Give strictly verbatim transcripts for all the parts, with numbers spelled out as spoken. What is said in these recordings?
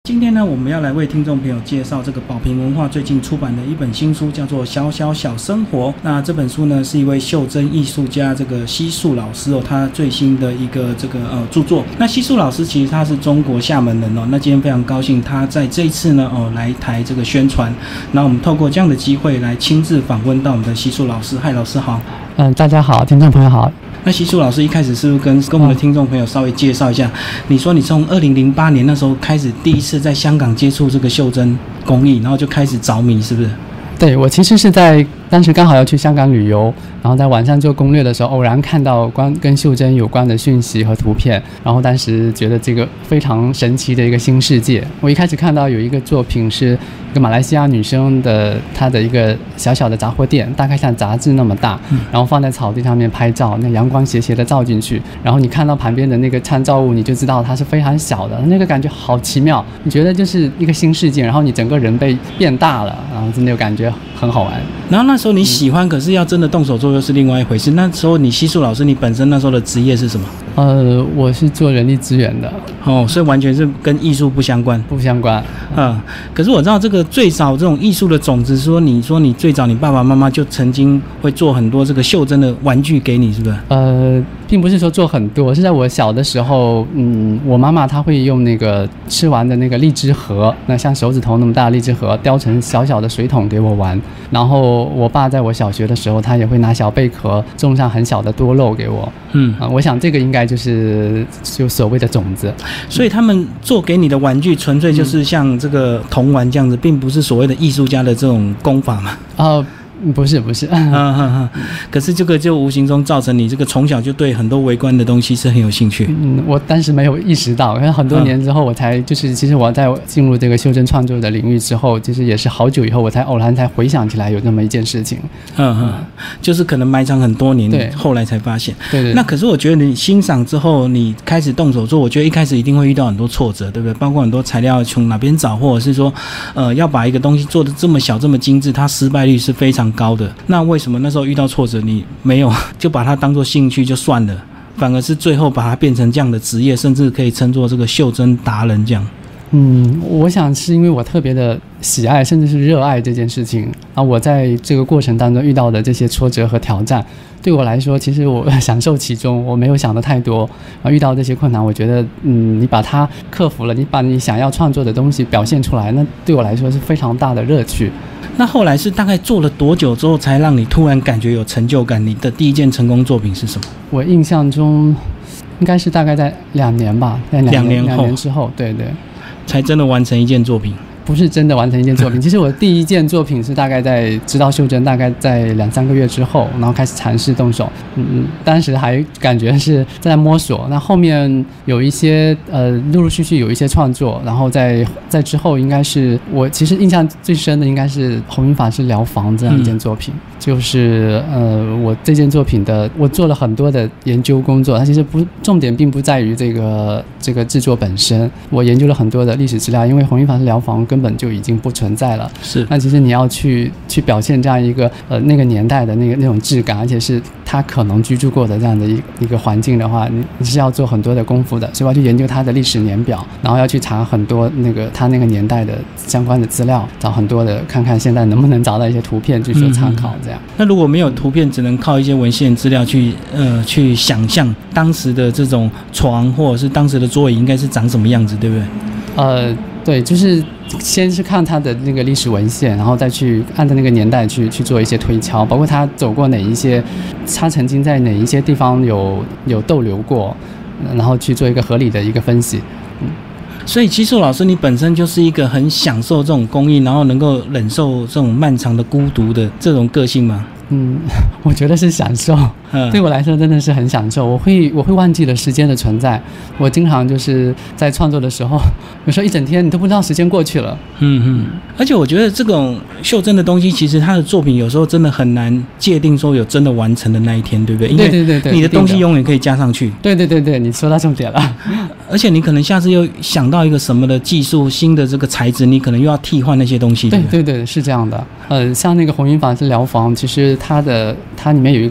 今天呢，我们要来为听众朋友介绍这个宝瓶文化最近出版的一本新书，叫做《小小小生活》。那这本书呢，是一位袖珍艺术家这个西树老师哦，他最新的一个这个呃著作。那西树老师其实他是中国厦门人哦，那今天非常高兴他在这一次呢哦来台这个宣传。那我们透过这样的机会来亲自访问到我们的西树老师。嗨，老师好。 嗯，大家好，听众朋友好。 那西树老师一开始是不是跟跟我们的听众朋友稍微介绍一下？你说你从二零零八年那时候开始第一次在香港接触这个袖珍工艺，然后就开始着迷，是不是？ 对，我其实是在当时刚好要去香港旅游，然后在网上做攻略的时候，偶然看到关跟袖珍有关的讯息和图片，然后当时觉得这个非常神奇的一个新世界。我一开始看到有一个作品是一个马来西亚女生的，她的一个小小的杂货店，大概像杂志那么大，然后放在草地上面拍照，那阳光斜斜的照进去，然后你看到旁边的那个参照物，你就知道它是非常小的，那个感觉好奇妙，你觉得就是一个新世界，然后你整个人被变大了，然后真的有感觉很好玩。 然后那时候你喜欢，嗯、可是要真的动手做又是另外一回事。那时候你西树老师，你本身那时候的职业是什么？ 呃，我是做人力资源的。 哦，所以完全是跟艺术不相关。 不相关。 嗯，可是我知道这个最早这种艺术的种子，说你说你最早你爸爸妈妈就曾经会做很多这个袖珍的玩具给你，是不是？ 呃，并不是说做很多，是在我小的时候，嗯，我妈妈她会用那个吃完的那个荔枝核，那像手指头那么大的荔枝核，雕成小小的水桶给我玩。然后我爸在我小学的时候，他也会拿小贝壳种上很小的多肉给我。嗯啊，我想这个应该就是就所谓的种子。 所以他们做给你的玩具，纯粹就是像这个童玩这样子，并不是所谓的艺术家的这种功法嘛？ 哦。不是不是， 嗯嗯嗯，可是这个就无形中造成你这个从小就对很多微观的东西是很有兴趣。 嗯，我当时没有意识到，因为很多年之后我才就是，其实我在进入这个袖珍创作的领域之后，其实也是好久以后我才偶然才回想起来有这么一件事情。 嗯嗯，就是可能埋藏很多年，对，后来才发现。 对 对, 对。 那可是我觉得你欣赏之后，你开始动手做，我觉得一开始一定会遇到很多挫折，对不对？包括很多材料从哪边找，或者是说，呃，要把一个东西做得这么小这么精致，它失败率是非常高的。那为什么那时候遇到挫折你没有就把它当作兴趣就算了，反而是最后把它变成这样的职业，甚至可以称作这个袖珍达人这样？ 嗯，我想是因为我特别的喜爱甚至是热爱这件事情啊，我在这个过程当中遇到的这些挫折和挑战，对我来说其实我享受其中，我没有想的太多啊。遇到这些困难，我觉得嗯，你把它克服了，你把你想要创作的东西表现出来，那对我来说是非常大的乐趣。 那后来是大概做了多久之后才让你突然感觉有成就感？你的第一件成功作品是什么？ 我印象中应该是大概在两年吧，在两年两年后两年之后，对对， 才真的完成一件作品。 不是真的完成一件作品，其实我第一件作品是大概在知道袖珍大概在两三个月之后，然后开始尝试动手。嗯，当时还感觉是在摸索。那后面有一些呃，陆陆续续有一些创作，然后在在之后应该是我其实印象最深的应该是红云法师疗房这样一件作品。嗯，就是呃，我这件作品的我做了很多的研究工作，它其实不重点并不在于这个这个制作本身，我研究了很多的历史资料，因为红云法师疗房跟根本就已经不存在了。 是， 那其实你要去去表现这样一个呃那个年代的那个那种质感，而且是他可能居住过的这样的一一个环境的话，你你是要做很多的功夫的，所以我要去研究它的历史年表，然后要去查很多那个他那个年代的相关的资料，找很多的看看现在能不能找到一些图片去做参考这样。 嗯，那如果没有图片，只能靠一些文献资料去呃去想象当时的这种床或者是当时的桌椅应该是长什么样子，对不对？ 呃，对，就是先是看他的那个历史文献，然后再去按照那个年代去去做一些推敲，包括他走过哪一些，他曾经在哪一些地方有有逗留过，然后去做一个合理的一个分析。嗯， 所以西树老师你本身就是一个很享受这种工艺，然后能够忍受这种漫长的孤独的这种个性吗？ 嗯，我觉得是享受，对我来说真的是很享受。我会我会忘记了时间的存在，我经常就是在创作的时候，有时候一整天你都不知道时间过去了。嗯嗯， 而且我觉得这种袖珍的东西，其实他的作品有时候真的很难界定说有真的完成的那一天，对不对？因为对对对对， 你的东西永远可以加上去。 对对对对，你说到重点了。 而且你可能下次又想到一个什么的技术、新的这个材质，你可能又要替换那些东西。 对对对，是这样的。呃，像那个红云法师疗房，其实它的它里面有一个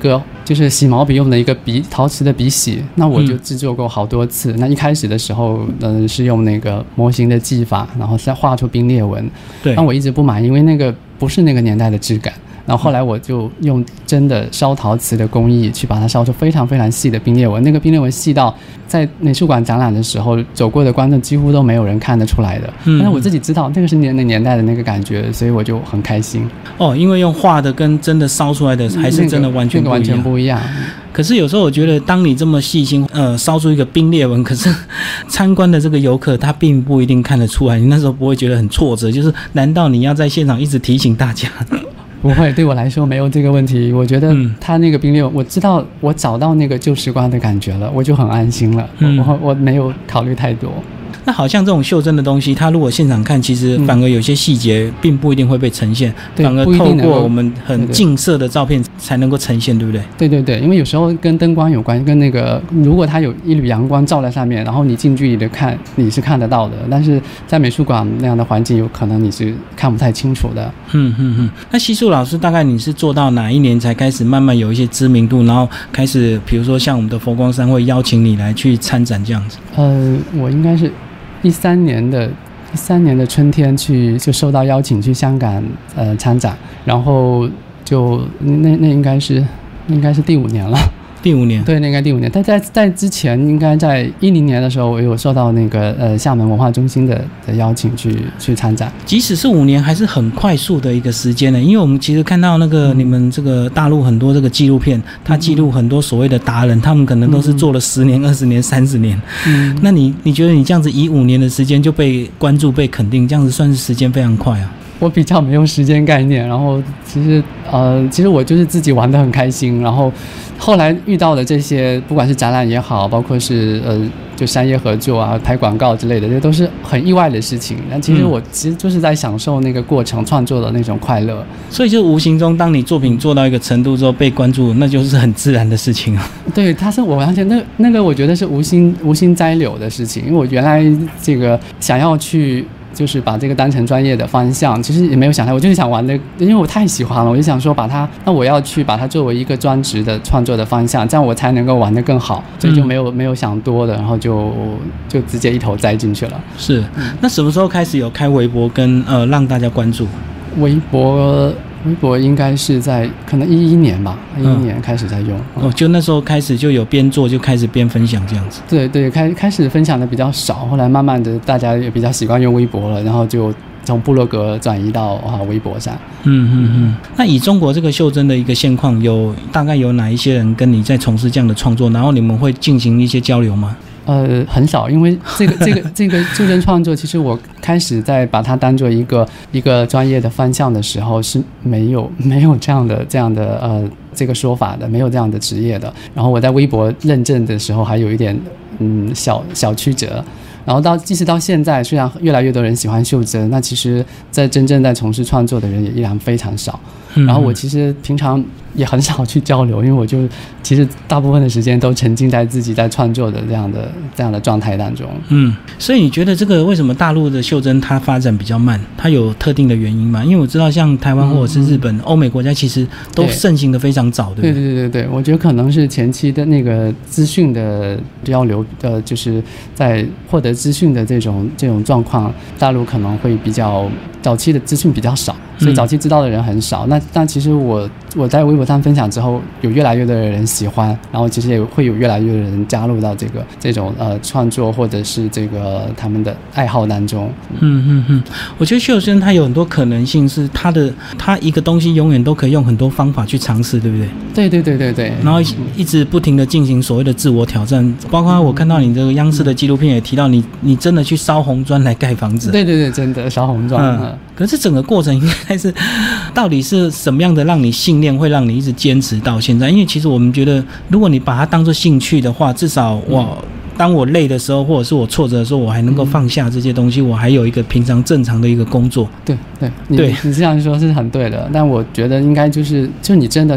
就是洗毛笔用的一个笔陶瓷的笔洗，那我就制作过好多次。嗯、那一开始的时候，嗯、呃，是用那个模型的技法，然后再画出冰裂纹。 对， 但我一直不满意，因为那个不是那个年代的质感。然后后来我就用真的烧陶瓷的工艺去把它烧出非常非常细的冰裂纹，那个冰裂纹细到在美术馆展览的时候，走过的观众几乎都没有人看得出来的。嗯，但是我自己知道那个是那年代的那个感觉，所以我就很开心。 哦，因为用画的跟真的烧出来的还是真的完全不一样。 那个、完全不一样。 可是有时候我觉得，当你这么细心，呃，烧出一个冰裂纹，可是参观的这个游客他并不一定看得出来，你那时候不会觉得很挫折？就是难道你要在现场一直提醒大家？ 不会，对我来说没有这个问题。我觉得他那个冰裂纹，我知道我找到那个旧时光的感觉了，我就很安心了。嗯、我我没有考虑太多。 那好像这种袖珍的东西，它如果现场看，其实反而有些细节并不一定会被呈现， 嗯、 反而透过我们很近色的照片才能够呈现，对不对？ 对对对，因为有时候跟灯光有关，跟那个如果它有一缕阳光照在上面，然后你近距离的看，你是看得到的，但是在美术馆那样的环境，有可能你是看不太清楚的。 嗯嗯嗯。那西树老师，大概你是做到哪一年才开始慢慢有一些知名度，然后开始比如说像我们的佛光山会邀请你来去参展这样子？ 呃，我应该是。一三年的一三年的春天去就受到邀请去香港呃参展，然后就那那应该是应该是第五年了。 第五年， 对，那应该第五年。但在在之前，应该在一零年的时候，我有受到那个呃厦门文化中心的的邀请去去参展。 即使是五年，还是很快速的一个时间呢。因为我们其实看到那个、嗯、你们这个大陆很多这个纪录片，它记录很多所谓的达人，他们可能都是做了十年、二十年、三十年。嗯，那你你觉得你这样子以五年的时间就被关注、被肯定，这样子算是时间非常快啊？ 我比较没有时间概念，然后其实呃，其实我就是自己玩得很开心，然后后来遇到的这些，不管是展览也好，包括是呃就商业合作啊、拍广告之类的，这都是很意外的事情。但其实我其实就是在享受那个过程创作的那种快乐。 所以就无形中，当你作品做到一个程度之后被关注，那就是很自然的事情啊。 对，它是我而且那那个我觉得是无心无心栽柳的事情，因为我原来这个想要去。就是把这个当成专业的方向，其实也没有想太，我就是想玩的，因为我太喜欢了，我就想说把它，那我要去把它作为一个专职的创作的方向，这样我才能够玩得更好，所以就没有、嗯、没有想多的，然后就就直接一头栽进去了。是， 嗯、那什么时候开始有开微博跟呃让大家关注？ 微博。微博应该是在可能一一年吧，一一年开始在用、 嗯、哦，就那时候开始就有边做就开始边分享这样子。 对对，开开始分享的比较少，后来慢慢的大家也比较习惯用微博了，然后就从部落格转移到啊微博上。 嗯嗯嗯。那以中国这个袖珍的一个现况，有大概有哪一些人跟你在从事这样的创作，然后你们会进行一些交流吗？ 呃，很少，因为这个这个这个袖珍创作，其实我开始在把它当做一个一个专业的方向的时候，是没有没有这样的这样的呃这个说法的，没有这样的职业的。然后我在微博认证的时候，还有一点嗯小小曲折。然后到即使到现在，虽然越来越多人喜欢袖珍，那其实在真正在从事创作的人也依然非常少。然后我其实平常也很少去交流，因为我就其实大部分的时间都沉浸在自己在创作的这样的这样的状态当中。 嗯，所以你觉得这个为什么大陆的袖珍它发展比较慢？它有特定的原因吗？因为我知道像台湾或者是日本、欧、嗯、美国家其实都盛行的非常早，对不对？ 对对对对，我觉得可能是前期的那个资讯的交流，呃，就是在获得资讯的这种这种状况，大陆可能会比较早期的资讯比较少。所以早期知道的人很少，嗯、那但其实我我在微博上分享之后，有越来越多的人喜欢，然后其实也会有越来越多的人加入到这个这种呃创作或者是这个他们的爱好当中。 嗯嗯嗯，我觉得袖珍它有很多可能性，是它的它一个东西永远都可以用很多方法去尝试，对不对？ 对对对对对。 然后一直不停的进行所谓的自我挑战，包括我看到你这个央视的纪录片也提到你，你真的去烧红砖来盖房子。 对对对，真的烧红砖。 嗯。可是整个过程应该是，到底是什么样的让你信念会让你一直坚持到现在？因为其实我们觉得，如果你把它当作兴趣的话，至少我当我累的时候，或者是我挫折的时候，我还能够放下这些东西，我还有一个平常正常的一个工作。 对对对，你这样说是很对的。但我觉得应该就是，就你真的是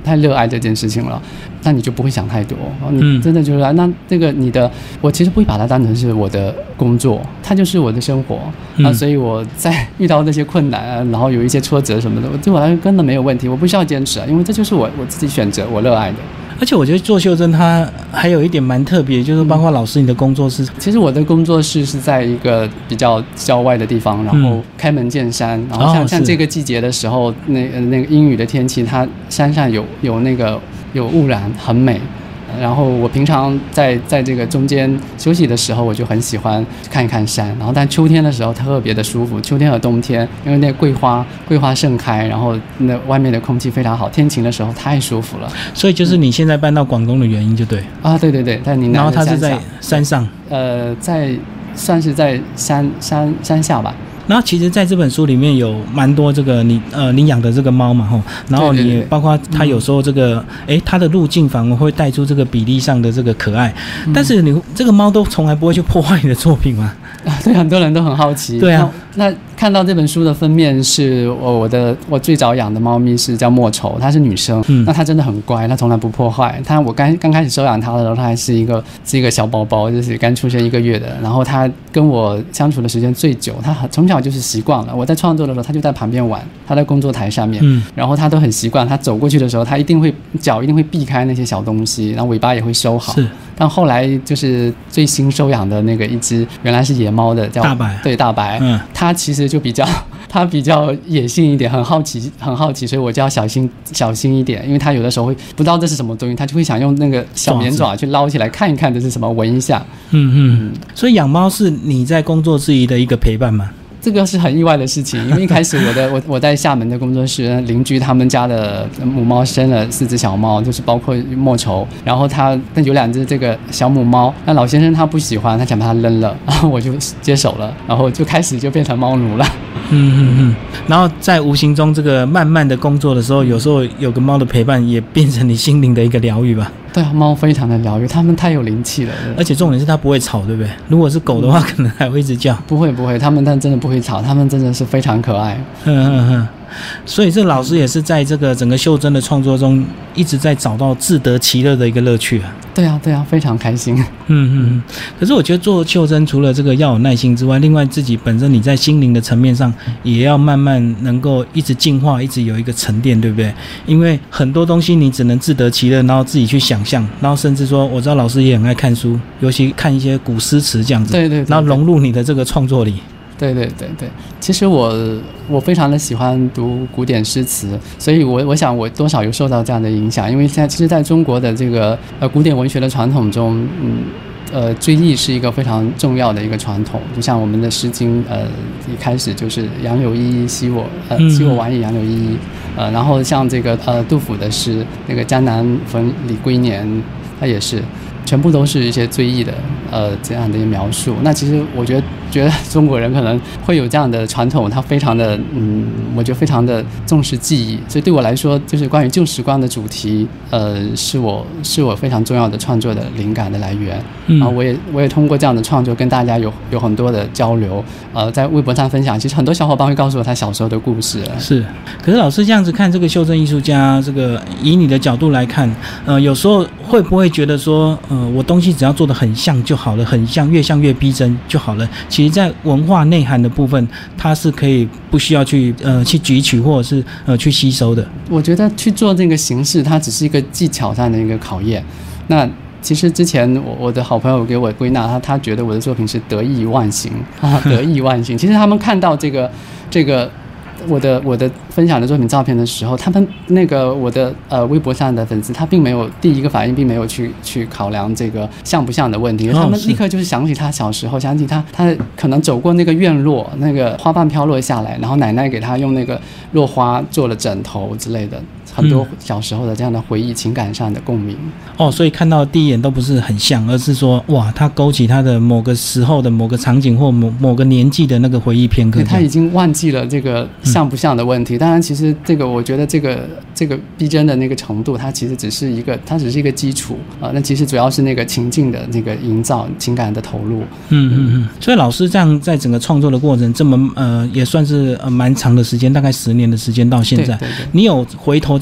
太热爱这件事情了，那你就不会想太多，你真的就是、嗯、那这个你的，我其实不会把它当成是我的工作，它就是我的生活、嗯、啊，所以我在遇到那些困难啊，然后有一些挫折什么的，对我来说根本没有问题，我不需要坚持啊，因为这就是我我自己选择我热爱的。 而且我觉得做秀珍它还有一点蛮特别，就是包括老师你的工作室、嗯、 其实我的工作室是在一个比较郊外的地方，然后开门见山、嗯、然后像、哦、像这个季节的时候，那那个阴雨的天气，它山上有有那个有雾然，很美。然后我平常在在这个中间休息的时候，我就很喜欢看一看山。然后但秋天的时候特别的舒服，秋天和冬天，因为那桂花桂花盛开，然后那外面的空气非常好，天晴的时候太舒服了。 所以就是你现在搬到广东的原因就对、 嗯、啊，对对对，在宁南的山上。然后它是在山上， 呃，在算是在山山山下吧。 然后其实在这本书里面有蛮多这个你呃你养的这个猫嘛吼，然后你包括它有时候这个诶它的路径反而会带出这个比例上的这个可爱，嗯、但是你这个猫都从来不会去破坏你的作品嘛？ 啊，对，很多人都很好奇。 对啊， 那, 那看到这本书的封面是我我的我最早养的猫咪是叫莫愁，它是女生，嗯，那它真的很乖，它从来不破坏。它我刚刚开始收养它的时候，它还是一个是一个小宝宝，就是刚出生一个月的。然后它跟我相处的时间最久，它从小就是习惯了。我在创作的时候，它就在旁边玩，它在工作台上面，嗯，然后它都很习惯。它走过去的时候，它一定会脚一定会避开那些小东西，然后尾巴也会收好。是。但后来就是最新收养的那个一只，原来是野猫的，叫大白， 对大白，嗯，它其实就比较，它比较野性一点，很好奇，很好奇，所以我就要小心小心一点，因为它有的时候会不知道这是什么东西，它就会想用那个小棉爪去捞起来看一看这是什么，闻一下。 嗯嗯，所以养猫是你在工作之余的一个陪伴吗？ 这个是很意外的事情，因为一开始我的我我在厦门的工作室，邻居他们家的母猫生了四只小猫，就是包括莫愁，然后他有两只这个小母猫，那老先生他不喜欢，他想把它扔了，然后我就接手了，然后就开始就变成猫奴了。 嗯嗯嗯，然后在无形中这个慢慢的工作的时候，有时候有个猫的陪伴也变成你心灵的一个疗愈吧。 对啊，猫非常的疗愈，它们太有灵气了， 而且重点是它不会吵，对不对？如果是狗的话，可能还会一直叫。 不会不会，它们但真的不会吵，它们真的是非常可爱。 嗯嗯嗯。所以这老师也是在这个整个秀珍的创作中，一直在找到自得其乐的一个乐趣啊。 对啊对啊，非常开心。 嗯嗯。可是我觉得做秀珍除了这个要有耐心之外，另外自己本身你在心灵的层面上也要慢慢能够一直进化，一直有一个沉淀，对不对？因为很多东西你只能自得其乐，然后自己去想象，然后甚至说我知道老师也很爱看书，尤其看一些古诗词这样子， 对 对, 对, 对， 然后融入你的这个创作里。 对对对对，其实我我非常的喜欢读古典诗词，所以我我想我多少有受到这样的影响，因为现在其实在中国的这个呃古典文学的传统中，嗯呃追忆是一个非常重要的一个传统，就像我们的《诗经》呃一开始就是杨柳依依昔我呃昔我往矣杨柳依依，呃然后像这个呃杜甫的诗那个江南逢李龟年，它也是。全部都是一些追忆的，呃，这样的一个描述。那其实我觉得，觉得中国人可能会有这样的传统，他非常的，嗯，我觉得非常的重视记忆。所以对我来说，就是关于旧时光的主题，呃，是我是我非常重要的创作的灵感的来源。嗯，然后我也我也通过这样的创作跟大家有有很多的交流，呃，在微博上分享。其实很多小伙伴会告诉我他小时候的故事。 是，可是老师这样子看这个秀珍艺术家，这个以你的角度来看，呃，有时候会不会觉得说，呃，我东西只要做得很像就好了，很像，越像越逼真就好了。其实，在文化内涵的部分，它是可以不需要去呃去汲取或者是呃去吸收的。 我觉得去做这个形式，它只是一个技巧上的一个考验。那其实之前我我的好朋友给我归纳，他他觉得我的作品是得意忘形啊，得意忘形。其实他们看到这个这个。我的我的分享的作品照片的时候，他们那个我的呃微博上的粉丝，他并没有第一个反应，并没有去去考量这个像不像的问题，他们立刻就是想起他小时候，想起他他可能走过那个院落，那个花瓣飘落下来，然后奶奶给他用那个落花做了枕头之类的。很多小时候的这样的回忆，情感上的共鸣。 哦，所以看到第一眼都不是很像，而是说哇，他勾起他的某个时候的某个场景或某某个年纪的那个回忆片刻。 他已经忘记了这个像不像的问题。嗯、当然，其实这个我觉得这个这个逼真的那个程度，它其实只是一个，它只是一个基础啊、呃。那其实主要是那个情境的那个营造，情感的投入。 嗯嗯嗯。所以老师这样在整个创作的过程，这么呃也算是呃蛮长的时间，大概十年的时间到现在，对对对，你有回头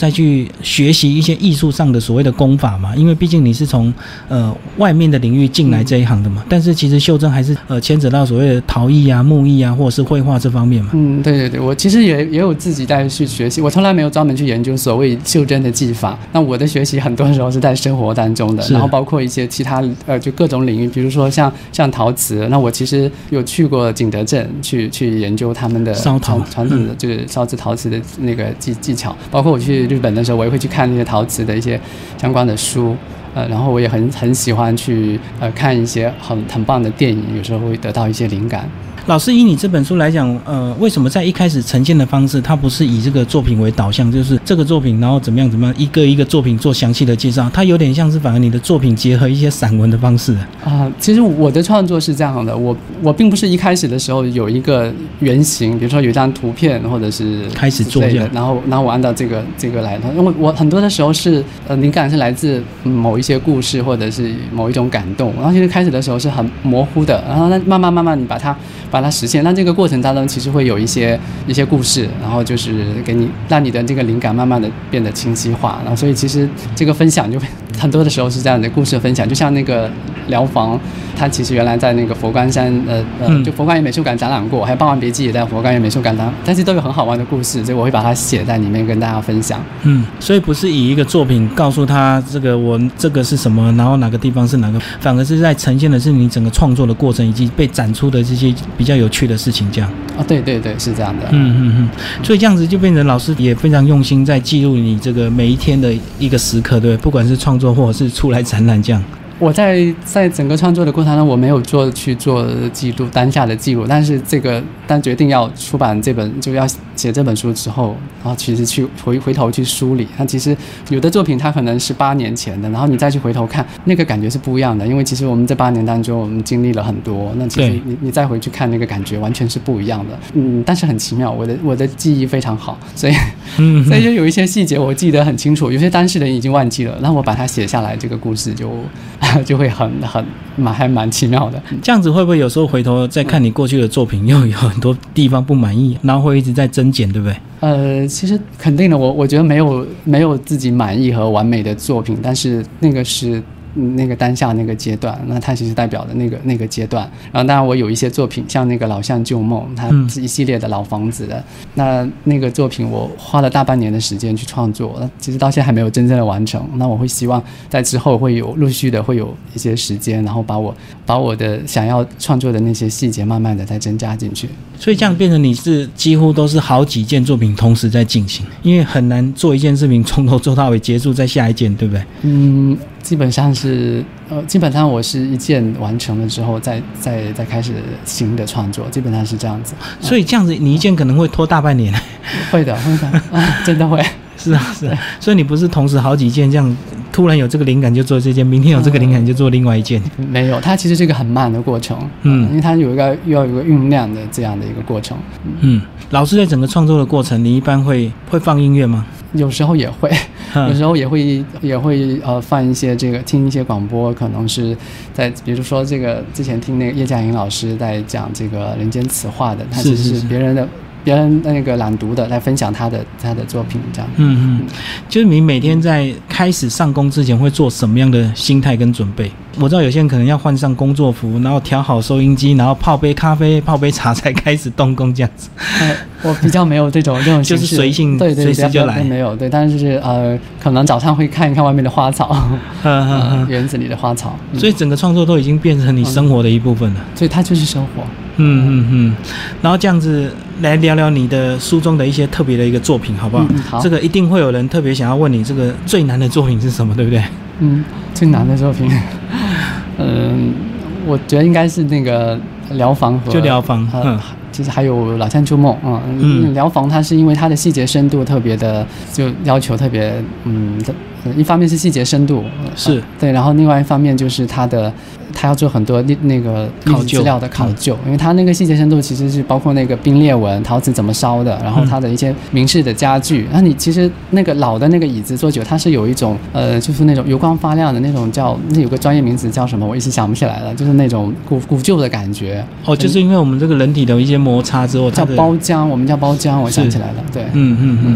再去学习一些艺术上的所谓的功法嘛？因为毕竟你是从呃外面的领域进来这一行的嘛，嗯、但是其实秀珍还是呃牵扯到所谓的陶艺啊、木艺啊，或者是绘画这方面嘛。 嗯，对对对，我其实也也有自己在去学习，我从来没有专门去研究所谓秀珍的技法。那我的学习很多时候是在生活当中的，然后包括一些其他呃就各种领域，比如说像像陶瓷，那我其实有去过景德镇去去研究他们的烧陶传统的就是烧制陶瓷的那个技技巧，包括我去日本的时候，我也会去看那些陶瓷的一些相关的书。呃，然后我也很很喜欢去呃看一些很很棒的电影，有时候会得到一些灵感。 老师，以你这本书来讲，呃，为什么在一开始呈现的方式，它不是以这个作品为导向，就是这个作品，然后怎么样怎么样，一个一个作品做详细的介绍，它有点像是反而你的作品结合一些散文的方式啊、呃。其实我的创作是这样的，我我并不是一开始的时候有一个原型，比如说有一张图片或者是开始做这样， 然后然后我按照这个这个来，因为我很多的时候是呃灵感是来自某一些故事或者是某一种感动，然后其实开始的时候是很模糊的，然后那慢慢慢慢你把它把它实现，那这个过程当中其实会有一些一些故事，然后就是给你让你的这个灵感慢慢的变得清晰化，然后所以其实这个分享就很多的时候是这样的故事分享，就像那个疗房，它其实原来在那个佛光山呃呃就佛光园美术馆展览过，还有《霸王别姬》也在佛光园美术馆展览，但是都有很好玩的故事，所以我会把它写在里面跟大家分享。 嗯，所以不是以一个作品告诉他这个我这个是什么，然后哪个地方是哪个，反而是在呈现的是你整个创作的过程以及被展出的这些比较有趣的事情，这样。 啊，对对对，是这样的。 嗯嗯嗯，所以这样子就变成老师也非常用心在记录你这个每一天的一个时刻，对，不管是创作或者是出来展览这样。 我在在整个创作的过程中，我没有做去做记录当下的记录，但是这个当决定要出版这本就要写这本书之后，然后其实去回回头去梳理，那其实有的作品它可能是八年前的，然后你再去回头看，那个感觉是不一样的，因为其实我们这八年当中我们经历了很多，那其实你你再回去看那个感觉完全是不一样的。嗯，但是很奇妙，我的我的记忆非常好，所以嗯，所以就有一些细节我记得很清楚，有些当事人已经忘记了，然后我把它写下来，这个故事就就会很很蛮还蛮奇妙的。 这样子会不会有时候回头再看你过去的作品，又有很多地方不满意，然后会一直在增减，对不对？ 呃，其实肯定的，我我觉得没有没有自己满意和完美的作品，但是那个是。那个当下那个阶段，那它其实代表的那个那个阶段。然后当然我有一些作品，像那个老巷旧梦，它是一系列的老房子的、嗯、那那个作品我花了大半年的时间去创作，其实到现在还没有真正的完成。那我会希望在之后会有陆续的会有一些时间，然后把我把我的想要创作的那些细节慢慢的再增加进去。 所以这样变成你是几乎都是好几件作品同时在进行，因为很难做一件事情从头做到尾结束再下一件，对不对？ 嗯，基本上是呃，基本上我是一件完成了之后再再再开始新的创作，基本上是这样子。 所以这样子你一件可能会拖大半年。 会的会的啊，真的会。 是啊是啊，所以你不是同时好几件这样，突然有这个灵感就做这件，明天有这个灵感就做另外一件、 嗯、没有，它其实是一个很慢的过程。嗯，因为它有一个要有一个酝酿的这样的一个过程。 嗯，老师在整个创作的过程你一般会会放音乐吗？ 有时候也会，有时候也会也会呃放一些这个听一些广播，可能是在比如说这个之前听那个叶嘉莹老师在讲这个人间词话的，他其实是别人的别人那个朗读的来分享他的他的作品这样。 嗯嗯，就是你每天在开始上工之前会做什么样的心态跟准备？我知道有些人可能要换上工作服，然后调好收音机，然后泡杯咖啡泡杯茶才开始动工这样子。 呃、我比较没有这种这种形式， 就是随性， 对对， 随时就来。 没有对，但是呃，可能早上会看一看外面的花草，呃、园子里的花草、 嗯，所以整个创作都已经变成你生活的一部分了。 嗯、所以它就是生活。 嗯嗯嗯，然后这样子来聊聊你的书中的一些特别的一个作品，好不好？ 嗯、好，这个一定会有人特别想要问你，这个最难的作品是什么，对不对？ 嗯，最难的作品，嗯，我觉得应该是那个疗房和就疗房，嗯。 其实还有老巷旧梦啊，嗯，疗房它是因为它的细节深度特别的，就要求特别，嗯，一方面是细节深度是、 呃、对，然后另外一方面就是它的，它要做很多那个历史资料的考究，因为它那个细节深度其实是包括那个冰裂纹、陶瓷怎么烧的，然后它的一些明式的家具，然后你其实那个老的那个椅子坐久，它是有一种呃，就是那种油光发亮的那种叫，那有个专业名词叫什么，我一时想不起来了，就是那种古古旧的感觉。 哦，就是因为我们这个人体的一些摩擦之后， 叫包浆，我们叫包浆，我想起来了，对， 嗯嗯嗯。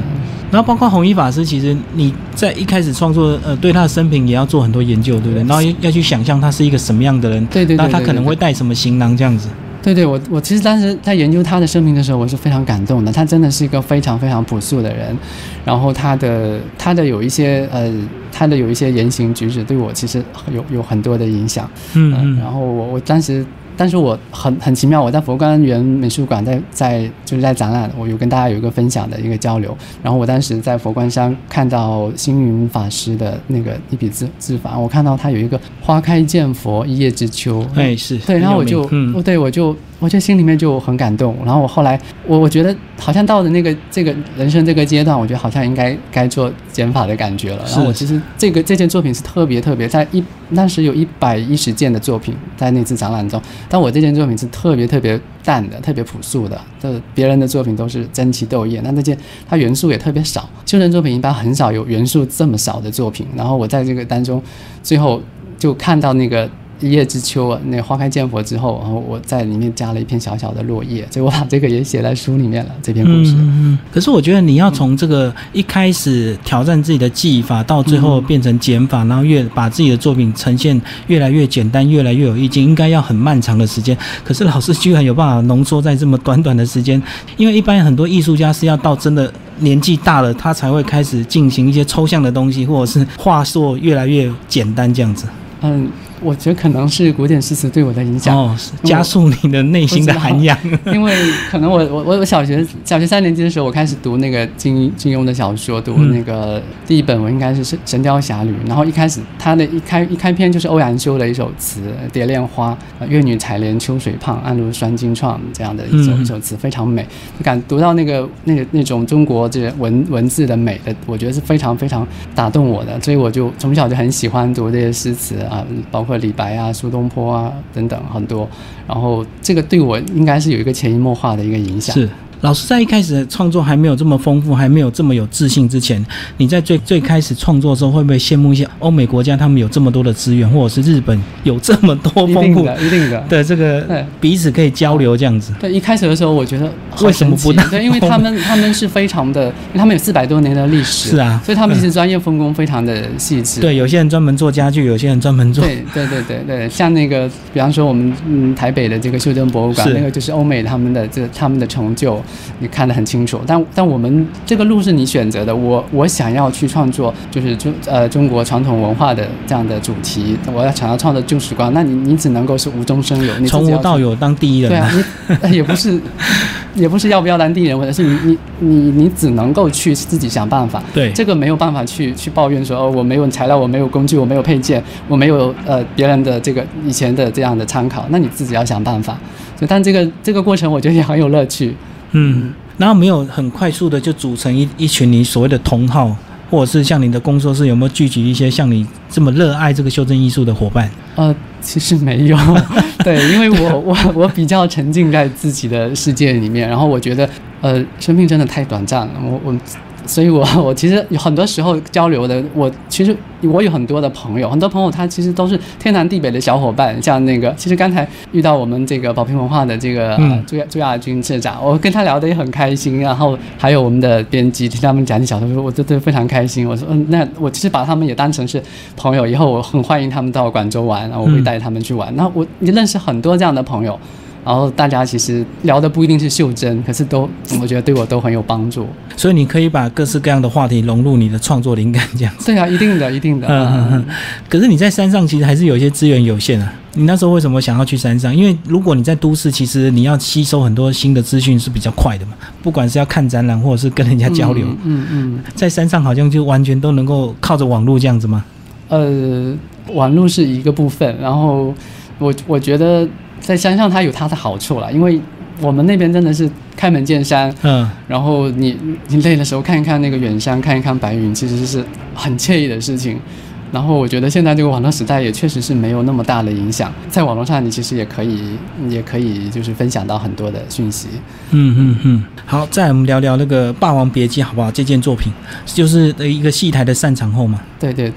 然后包括弘一法师，其实你在一开始创作，呃，对他的生平也要做很多研究，对不对？然后要去想象他是一个什么样的人， 对对对， 然后他可能会带什么行囊这样子。 对对，我我其实当时在研究他的生平的时候，我是非常感动的。他真的是一个非常非常朴素的人，然后他的他的有一些呃，他的有一些言行举止对我其实有有很多的影响。嗯嗯、呃，然后我我当时。但是我很很奇妙，我在佛光园美术馆在在就是在展览，我有跟大家有一个分享的一个交流。然后我当时在佛光山看到星云法师的那个一笔字字法，我看到他有一个花开见佛一叶知秋， 哎是对，然后我就嗯，对我就我就心里面就很感动。然后我后来我我觉得好像到了那个这个人生这个阶段，我觉得好像应该该做减法的感觉了。然后我其实这个这件作品是特别特别，在一当时有一百一十件的作品在那次展览中。但我这件作品是特别特别淡的，特别朴素的，就是别人的作品都是争奇斗艳，那这件它元素也特别少，修真作品一般很少有元素这么少的作品。然后我在这个当中，最后就看到那个一叶知秋，那花开见佛之后，然后我在里面加了一片小小的落叶，所以我把这个也写在书里面了，这篇故事。 嗯嗯。可是我觉得你要从这个一开始挑战自己的技法，到最后变成减法，然后越把自己的作品呈现越来越简单，越来越有意境，应该要很漫长的时间。可是老师居然有办法浓缩在这么短短的时间，因为一般很多艺术家是要到真的年纪大了，他才会开始进行一些抽象的东西，或者是画作越来越简单这样子。 嗯。我觉得可能是古典诗词对我的影响，哦， 加速你的内心的涵养。 因为可能我我我小学小学三年级的时候，我开始读那个金金庸的小说，读那个第一本我应该是《神雕侠侣》，然后一开始他的一开一开篇就是欧阳修的一首词《蝶恋花》，月女采莲秋水胖，暗露霜金创这样的一首、嗯、一首词非常美，就感读到那个那个那种中国这文文字的美的，我觉得是非常非常打动我的，所以我就从小就很喜欢读这些诗词啊，包括李白啊、苏东坡啊等等很多，然后这个对我应该是有一个潜移默化的一个影响。 是。老师在一开始的创作还没有这么丰富，还没有这么有自信之前，你在最最开始创作的时候，会不会羡慕一些欧美国家，他们有这么多的资源，或者是日本有这么多丰富的、一定的的这个彼此可以交流这样子？ 对，一开始的时候我觉得为什么不那？ 对，因为他们他们是非常的，因为他们有四百多年的历史， 是啊， 所以他们其实专业分工非常的细致。 对，有些人专门做家具，有些人专门做。 对对对对对，像那个，比方说我们嗯台北的这个袖珍博物馆，那个就是欧美他们的这他们的成就，你看得很清楚。但但我们这个路是你选择的，我我想要去创作就是中呃中国传统文化的这样的主题，我要想要创作旧时光，那你你只能够是无中生有，你从无到有当第一人。 对啊，你也不是也不是要不要当第一人，或者是你你你你只能够去自己想办法。 对， 这个没有办法去去抱怨说哦我没有材料，我没有工具，我没有配件，我没有呃别人的这个以前的这样的参考，那你自己要想办法。所以但这个这个过程我觉得也很有乐趣。 嗯。然后没有很快速的就组成一一群你所谓的同好，或者是像你的工作室有没有聚集一些像你这么热爱这个修真艺术的伙伴？ 呃，其实没有，对，因为我我我比较沉浸在自己的世界里面，然后我觉得呃生命真的太短暂了，我我。所以我我其实有很多时候交流的，我其实我有很多的朋友，很多朋友他其实都是天南地北的小伙伴，像那个其实刚才遇到我们这个宝瓶文化的这个、嗯呃、朱亚朱亚军社长，我跟他聊得也很开心，然后还有我们的编辑听他们讲起小说，我真的非常开心。我说嗯，那我其实把他们也当成是朋友，以后我很欢迎他们到广州玩，然后我会带他们去玩。那、嗯、我也认识很多这样的朋友。然后大家其实聊的不一定是袖珍，可是都我觉得对我都很有帮助。 所以你可以把各式各样的话题融入你的创作灵感，这样子。 对啊，一定的，一定的。嗯嗯嗯。 可是你在山上其实还是有一些资源有限啊。你那时候为什么想要去山上？因为如果你在都市，其实你要吸收很多新的资讯是比较快的嘛。不管是要看展览，或者是跟人家交流。嗯 嗯, 嗯。在山上好像就完全都能够靠着网络这样子吗？ 呃，网络是一个部分，然后我我觉得。在山上它有它的好处啦，因为我们那边真的是开门见山，嗯，然后你你累的时候看一看那个远山，看一看白云，其实是很惬意的事情。然后我觉得现在这个网络时代也确实是没有那么大的影响，在网络上你其实也可以也可以就是分享到很多的讯息。 嗯嗯嗯。好，再来我们聊聊那个《霸王别姬》好不好？这件作品就是一个戏台的散场后嘛。 对对对。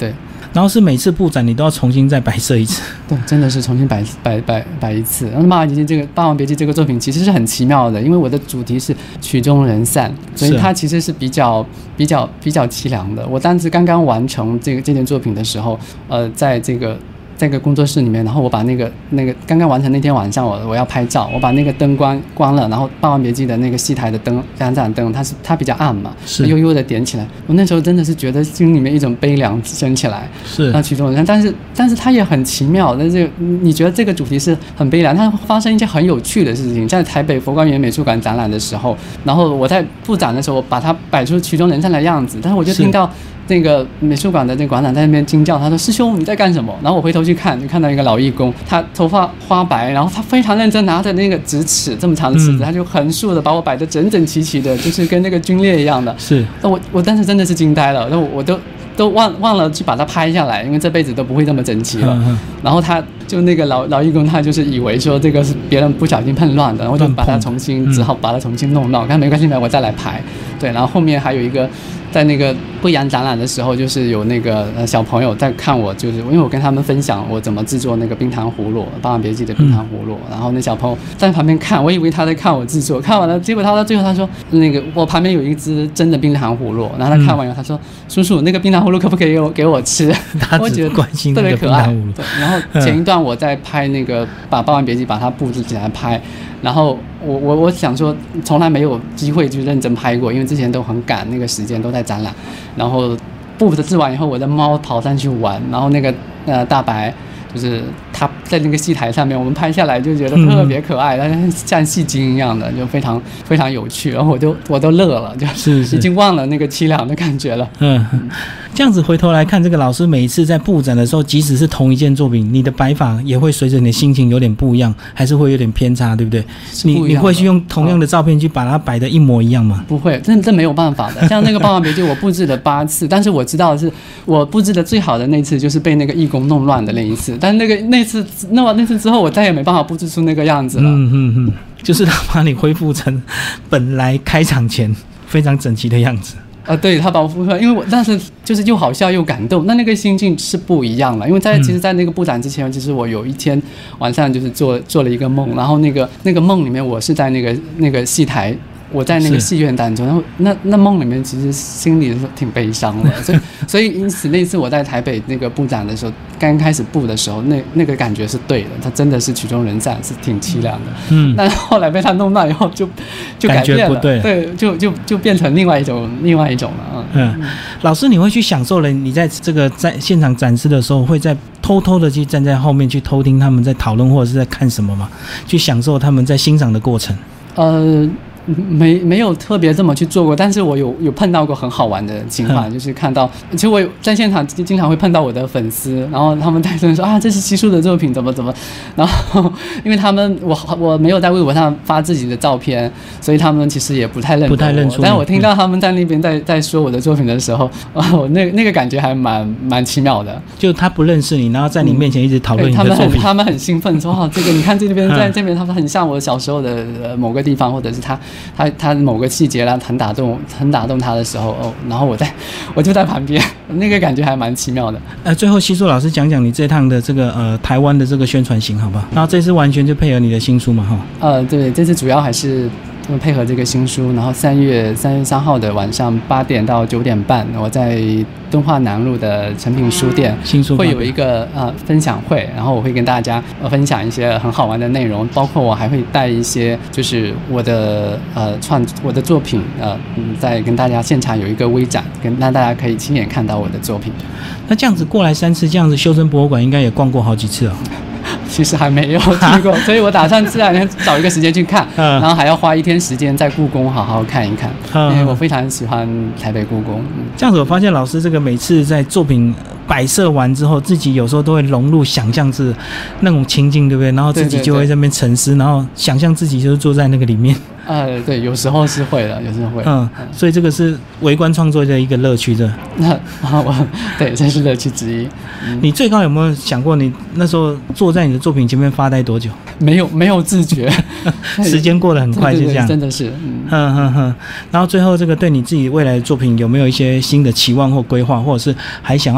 然后是每次布展你都要重新再摆设一次。 对，真的是重新摆摆摆摆一次。然后《霸王别姬》这个《霸王别姬》这个作品其实是很奇妙的，因为我的主题是曲终人散，所以它其实是比较比较比较凄凉的。我当时刚刚完成这个这件作品的时候，呃，在这个。在一个工作室里面，然后我把那个那个刚刚完成那天晚上我我要拍照，我把那个灯关关了，然后《霸王别姬》的那个戏台的灯两盏灯，它是它比较暗嘛，是悠悠的点起来。我那时候真的是觉得心里面一种悲凉升起来， 是那曲终人散。但是但是它也很奇妙，但是你觉得这个主题是很悲凉，它发生一件很有趣的事情。在台北佛光园美术馆展览的时候，然后我在布展的时候，我把它摆出曲终人散的样子，但是我就听到那个美术馆的那个馆长在那边惊叫，他说：“师兄你在干什么？”然后我回头去看，就看到一个老义工，他头发花白，然后他非常认真拿着那个直尺这么长的尺子，嗯、他就横竖的把我摆得整整齐齐的，就是跟那个军列一样的。是，那我我当时真的是惊呆了，那我我都都忘忘了去把它拍下来，因为这辈子都不会这么整齐了。嗯嗯、然后他就那个老老义工，他就是以为说这个是别人不小心碰乱的，然后就把它重新，嗯、只好把它重新弄乱。我看没关系，没我再来拍。对，然后后面还有一个。在那个贵阳展览的时候，就是有那个呃小朋友在看我，就是因为我跟他们分享我怎么制作那个冰糖葫芦，《霸王别姬》的冰糖葫芦，嗯、然后那小朋友在旁边看，我以为他在看我制作，看完了，结果他到最后他说，那个我旁边有一只真的冰糖葫芦，然后他看完以后他说，嗯、叔叔那个冰糖葫芦可不可以给我给我吃？ 他只关心那个冰糖葫芦。 对，然后前一段我在拍那个把《霸王别姬》把它布置起来拍。然后我我我想说，从来没有机会去认真拍过，因为之前都很赶，那个时间都在展览。然后布置完以后，我的猫跑上去玩，然后那个呃大白就是他在那个戏台上面，我们拍下来就觉得特别可爱，它、嗯、像戏精一样的，就非常非常有趣。然后我就我都乐了，就是已经忘了那个凄凉的感觉了。嗯， 这样子回头来看，这个老师每一次在布展的时候，即使是同一件作品，你的摆法也会随着你的心情有点不一样，还是会有点偏差，对不对？你你会去用同样的照片去把它摆得一模一样吗？ 不会，这这没有办法的。像那个《霸王别姬》，我布置了八次，但是我知道的是，我布置的最好的那次就是被那个义工弄乱的那一次。但那个那次弄完那次之后，我再也没办法布置出那个样子了。嗯嗯嗯， 就是他把你恢复成本来开场前非常整齐的样子。 呃，对，他把我复刻，因为我但是就是又好笑又感动，那那个心境是不一样的。因为在、嗯、其实，在那个布展之前，其实我有一天晚上就是做做了一个梦，然后那个那个梦里面，我是在那个那个戏台。我在那个戏院当中，然后那那梦里面其实心里是挺悲伤的，所以所以因此那次我在台北那个布展的时候，刚开始布的时候，那那个感觉是对的，它真的是曲终人散，是挺凄凉的。嗯，但是后来被他弄到以后就，就改变了，感觉不对，对，就就就变成另外一种另外一种了。嗯， 嗯老师，你会去享受了？你在这个在现场展示的时候，会在偷偷的去站在后面去偷听他们在讨论或者是在看什么吗？去享受他们在欣赏的过程？ 呃。没没有特别这么去做过，但是我有有碰到过很好玩的情况，就是看到，其实我在现场经常会碰到我的粉丝，然后他们在说啊，这是西树的作品，怎么怎么，然后因为他们我我没有在微博上发自己的照片，所以他们其实也不太认得我，不太认出。但我听到他们在那边在在说我的作品的时候，哦，那那个感觉还蛮蛮奇妙的， 就他不认识你，然后在你面前一直讨论你的作品， 他们很他们很兴奋，说哦，这个你看这边在这边，他们很像我小时候的某个地方，或者是他。他他某个细节啦，很打动很打动他的时候，哦，然后我在我就在旁边，那个感觉还蛮奇妙的。 呃，最后西树老师讲讲你这趟的这个呃台湾的这个宣传行，好吧？然后这次完全就配合你的新书嘛，哈。呃， 对，这次主要还是配合这个新书，然后三月三月三号的晚上八点到九点半，我在敦化南路的诚品书店新书会有一个呃分享会，然后我会跟大家呃分享一些很好玩的内容，包括我还会带一些就是我的呃创我的作品呃嗯，在跟大家现场有一个微展，跟让大家可以亲眼看到我的作品。 那这样子过来三次，这样子修真博物馆应该也逛过好几次哦。 其实还没有去过，所以我打算这两天找一个时间去看，然后还要花一天时间在故宫好好看一看，因为我非常喜欢台北故宫。 这样子我发现老师这个每次在作品摆设完之后，自己有时候都会融入想象是那种情境，对不对？然后自己就会在那边沉思，然后想象自己就是坐在那个里面。 呃，对，有时候是会的，有时候会。 嗯，所以这个是微观创作的一个乐趣的。 那啊，我对，这是乐趣之一。 嗯、你最高有没有想过，你那时候坐在你的作品前面发呆多久？ 没有，没有自觉， 时间过得很快，就这样。 对对对真的是，嗯哼哼哼。然后最后这个对你自己未来的作品有没有一些新的期望或规划，或者是还想要挑战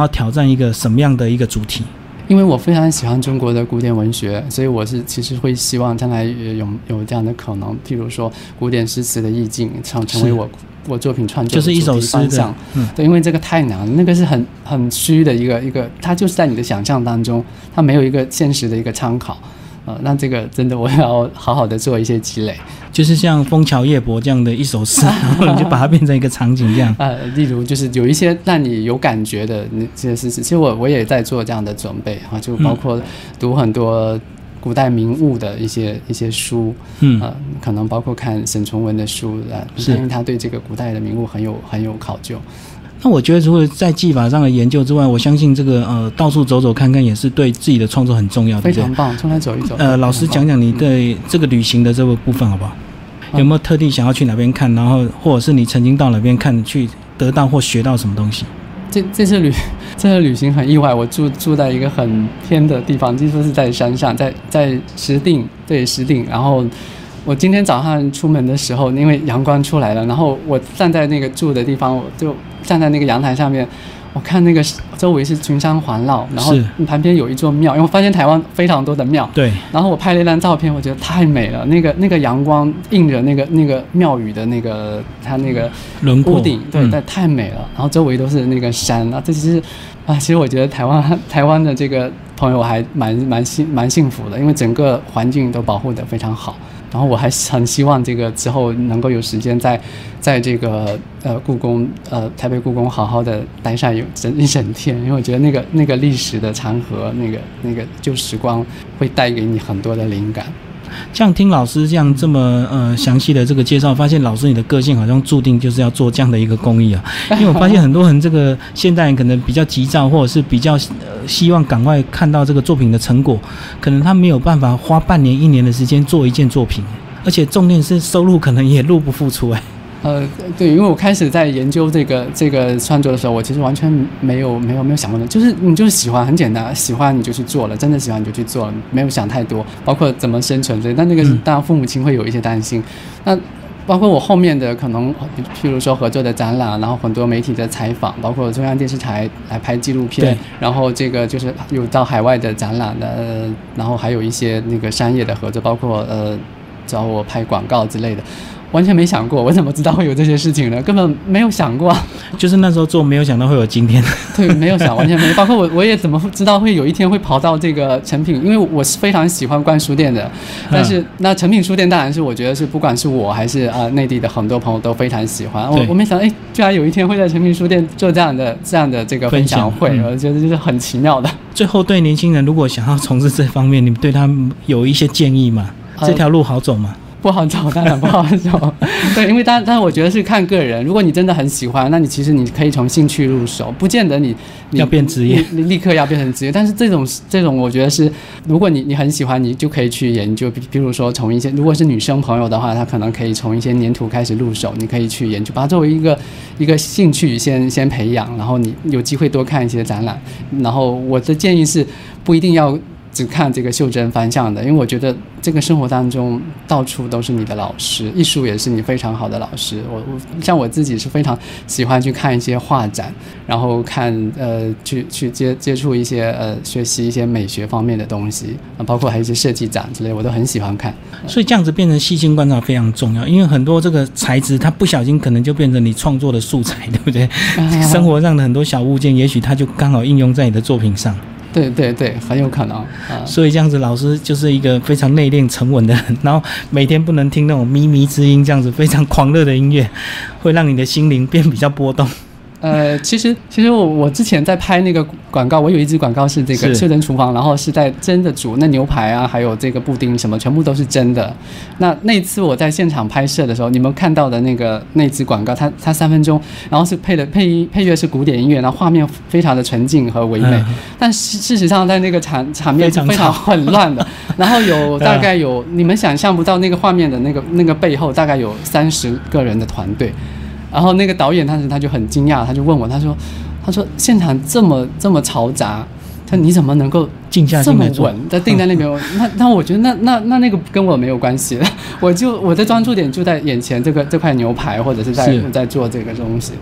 战一个什么样的一个主题？ 因为我非常喜欢中国的古典文学，所以我是其实会希望将来有有这样的可能，譬如说古典诗词的意境成成为我我作品创作的主题方向。嗯，对，因为这个太难了，那个是很很虚的一个一个，它就是在你的想象当中，它没有一个现实的一个参考。呃，那这个真的我要好好的做一些积累， 就是像《枫桥夜泊》这样的一首诗，然后你就把它变成一个场景这样。 呃，例如就是有一些让你有感觉的那些诗词，其实我我也在做这样的准备啊，就包括读很多古代名物的一些一些书，嗯，呃，可能包括看沈从文的书啊，因为他对这个古代的名物很有很有考究。 那我觉得除了在技法上的研究之外，我相信这个呃到处走走看看也是对自己的创作很重要的， 非常棒，出来走一走。 呃，老师讲讲你对这个旅行的这个部分好不好？嗯、有没有特地想要去哪边看，然后或者是你曾经到哪边看，去得到或学到什么东西？ 这这次旅这次旅行很意外，我住住在一个很偏的地方，几乎是在山上，在在石碇，对石碇，然后。我今天早上出门的时候，因为阳光出来了，然后我站在那个住的地方，我就站在那个阳台上面，我看那个周围是群山环绕，然后旁边有一座庙，因为我发现台湾非常多的庙，对，然后我拍了一张照片，我觉得太美了，那个那个阳光映着那个那个庙宇的那个它那个屋顶，对，但、嗯、太美了，然后周围都是那个山啊，这其实啊，其实我觉得台湾台湾的这个朋友还蛮蛮幸蛮幸福的，因为整个环境都保护得非常好。然后我还很希望这个之后能够有时间在在这个呃故宫呃台北故宫好好的待上有整一整天，因为我觉得那个那个历史的长河，那个那个旧时光会带给你很多的灵感。 像听老师这样这么呃详细的这个介绍，发现老师你的个性好像注定就是要做这样的一个公益啊。因为我发现很多人这个现代人可能比较急躁，或者是比较、呃、希望赶快看到这个作品的成果，可能他没有办法花半年一年的时间做一件作品，而且重点是收入可能也入不敷出哎。 呃，对，因为我开始在研究这个这个创作的时候，我其实完全没有没有没有想过的，就是你就是喜欢，很简单，喜欢你就去做了，真的喜欢你就去做了，没有想太多，包括怎么生存之类。但那个当然父母亲会有一些担心，那包括我后面的可能，譬如说合作的展览，然后很多媒体的采访，包括中央电视台来拍纪录片，然后这个就是有到海外的展览的，呃，然后还有一些那个商业的合作，包括呃找我拍广告之类的。完全没想过，我怎么知道会有这些事情呢？根本没有想过， 就是那时候做，没有想到会有今天。 对，没有想，完全没有。包括我，我也怎么知道会有一天会跑到这个诚品？因为我是非常喜欢逛书店的，但是、嗯、那诚品书店当然是我觉得是不管是我还是啊内地的很多朋友都非常喜欢。我我没想到，哎，居然有一天会在诚品书店做这样的这样的这个分享会，嗯、我觉得就是很奇妙的。 最后，对年轻人如果想要从事这方面，你们对他们有一些建议吗？呃、这条路好走吗？ 不好走，当然不好走。对，因为当然我觉得是看个人。如果你真的很喜欢，那你其实你可以从兴趣入手，不见得你你要变职业， 你立刻要变成职业。但是这种这种，我觉得是，如果你你很喜欢，你就可以去研究。比比如说从一些，如果是女生朋友的话，她可能可以从一些粘土开始入手，你可以去研究，把它作为一个一个兴趣先先培养，然后你有机会多看一些展览。然后我的建议是，不一定要只看这个袖珍方向的，因为我觉得这个生活当中到处都是你的老师，艺术也是你非常好的老师。我我像我自己是非常喜欢去看一些画展，然后看呃去去接接触一些呃学习一些美学方面的东西，包括还有一些设计展之类，我都很喜欢看。 所以这样子变成细心观察非常重要，因为很多这个材质它不小心可能就变成你创作的素材，对不对？啊、生活上的很多小物件，也许它就刚好应用在你的作品上。 对对对，很有可能、啊、 所以这样子老师就是一个非常内敛沉稳的人，然后每天不能听那种靡靡之音，这样子非常狂热的音乐会让你的心灵变比较波动。 呃，其实其实我我之前在拍那个广告，我有一支广告是这个袖珍厨房，然后是在真的煮那牛排啊，还有这个布丁什么，全部都是真的。那那次我在现场拍摄的时候，你们看到的那个那支广告，它它三分钟，然后是配的配配乐是古典音乐，然后画面非常的纯净和唯美。嗯、但事实上在那个场场面是非常混乱的，然后有大概有你们想象不到那个画面的那个那个背后大概有三十个人的团队。然后那个导演当时他就很惊讶，他就问我，他说：“他说现场这么这么嘈杂，他你怎么能够静下心来这么稳的定在那边？”那那我觉得那那那那个跟我没有关系了，我就我的专注点就在眼前这个这块牛排，或者是在是在做这个东西。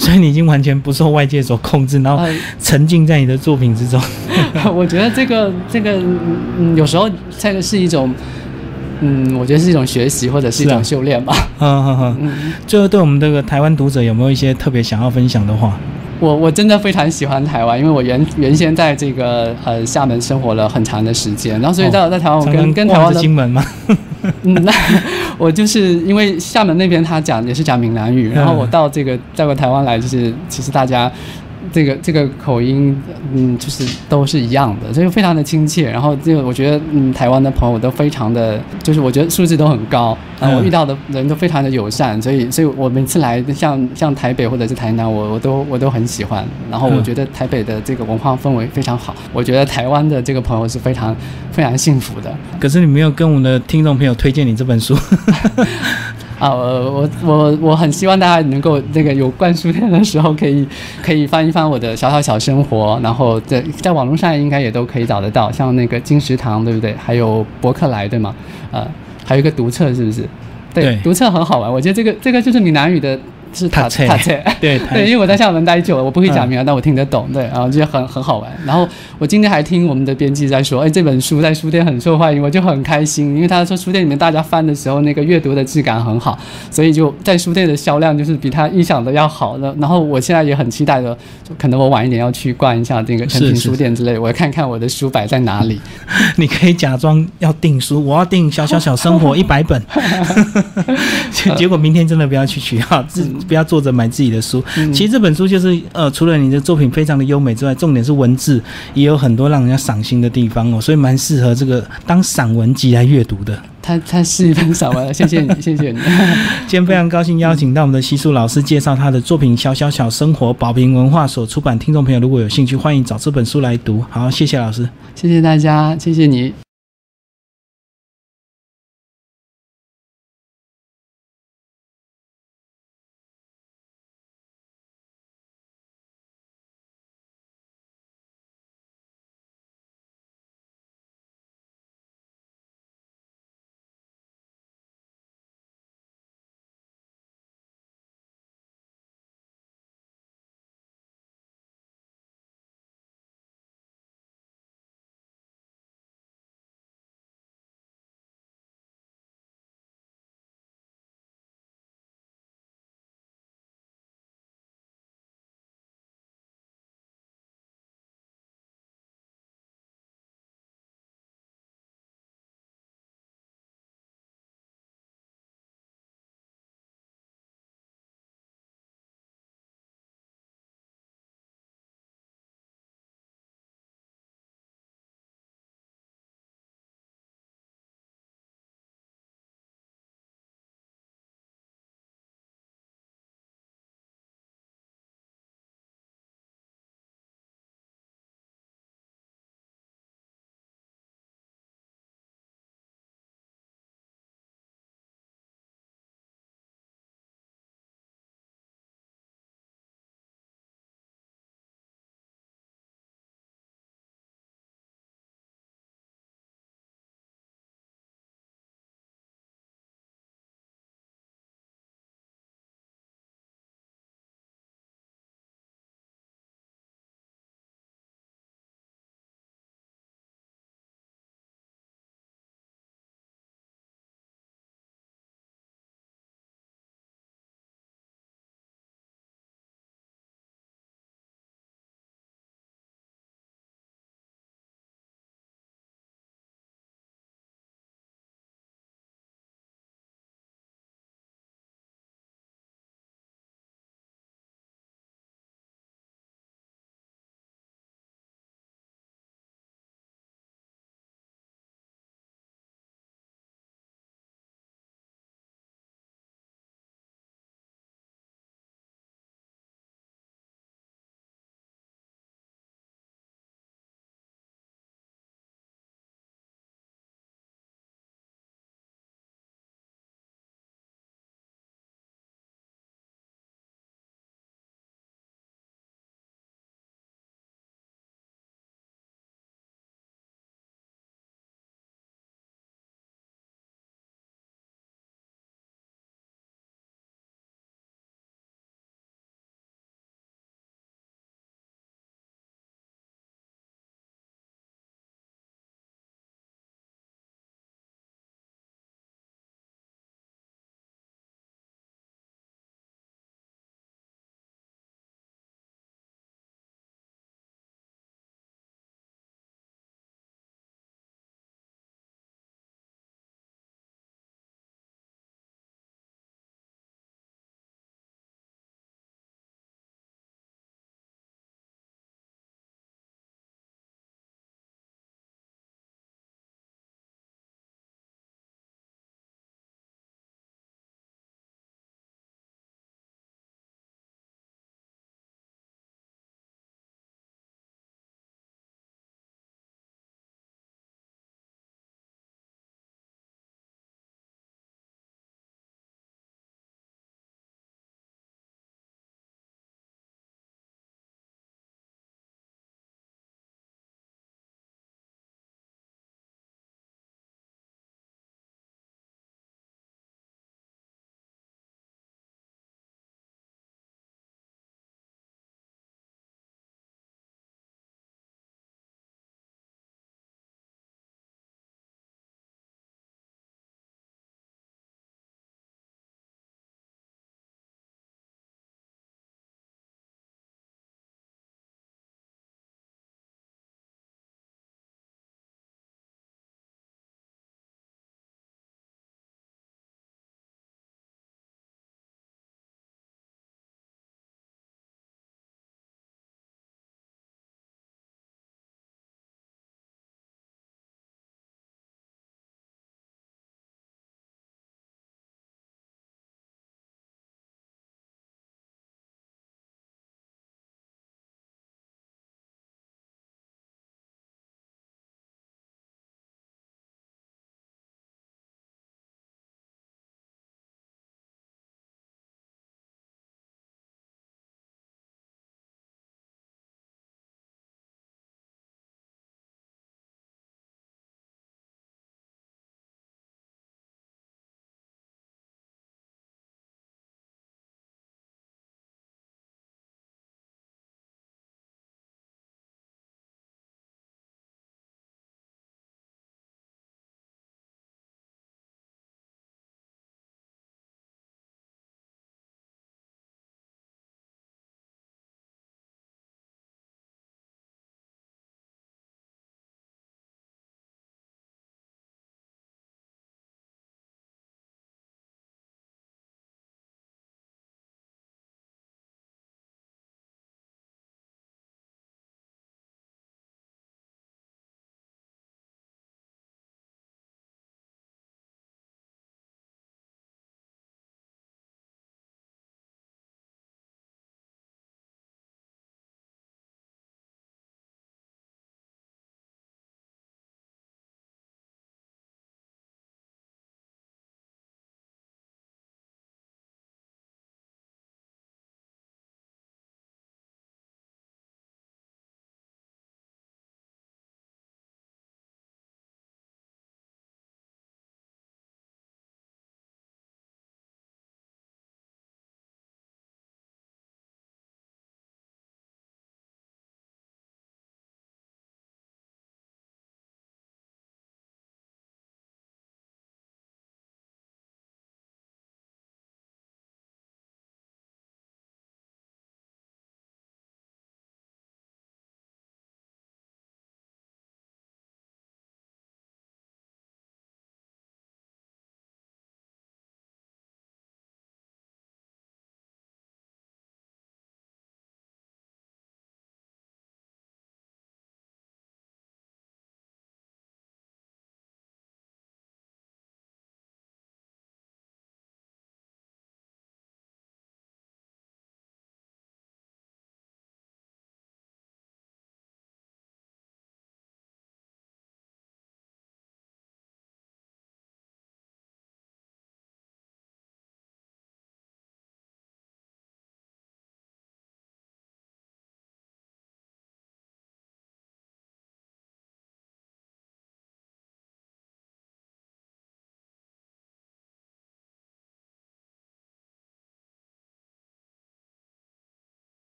所以你已经完全不受外界所控制，然后沉浸在你的作品之中。 我觉得这个这个嗯，有时候这个是一种。嗯，我觉得是一种学习或者是一种修炼吧。 嗯嗯嗯。最后，对我们这个台湾读者有没有一些特别想要分享的话？ 我我真的非常喜欢台湾，因为我原原先在这个呃厦门生活了很长的时间，然后所以在在台湾我跟、哦、跟台湾的金门吗？ 嗯，那我就是因为厦门那边他讲也是讲闽南语，然后我到这个到过台湾来，就是其实大家。这个这个口音，嗯，就是都是一样的，所以非常的亲切。然后这个我觉得，嗯，台湾的朋友都非常的，就是我觉得素质都很高，然后我遇到的人都非常的友善，所以所以我每次来像像台北或者是台南，我我都我都很喜欢。然后我觉得台北的这个文化氛围非常好，我觉得台湾的这个朋友是非常非常幸福的。 可是你没有跟我们的听众朋友推荐你这本书。 啊，我我我很希望大家能够那个有逛书店的时候，可以可以翻一翻我的小小小生活，然后在在网络上应该也都可以找得到，像那个金石堂，对不对？还有博客来，对吗？呃，还有一个读册，是不是？对，对读册很好玩，我觉得这个这个就是闽南语的。是塔册， 对对，因为我在厦门待久了，我不会讲闽南，但我听得懂，对，然后就很很好玩。然后我今天还听我们的编辑在说，哎，这本书在书店很受欢迎，我就很开心，因为他说书店里面大家翻的时候，那个阅读的质感很好，所以就在书店的销量就是比他预想的要好的。然后我现在也很期待的，可能我晚一点要去逛一下这个诚品书店之类，我要看看我的书摆在哪里。 你可以假装要订书，我要订小小小生活一百本，结果明天真的不要去取号，自不要坐着买自己的书。嗯、其实这本书就是呃，除了你的作品非常的优美之外，重点是文字也有很多让人家赏心的地方哦，所以蛮适合这个当散文集来阅读的。 它它是一本散文，谢谢你，谢谢你。 今天非常高兴邀请到我们的西树老师介绍他的作品《小小小生活》，宝瓶文化所出版。听众朋友如果有兴趣，欢迎找这本书来读。好，谢谢老师， 谢谢大家，谢谢你。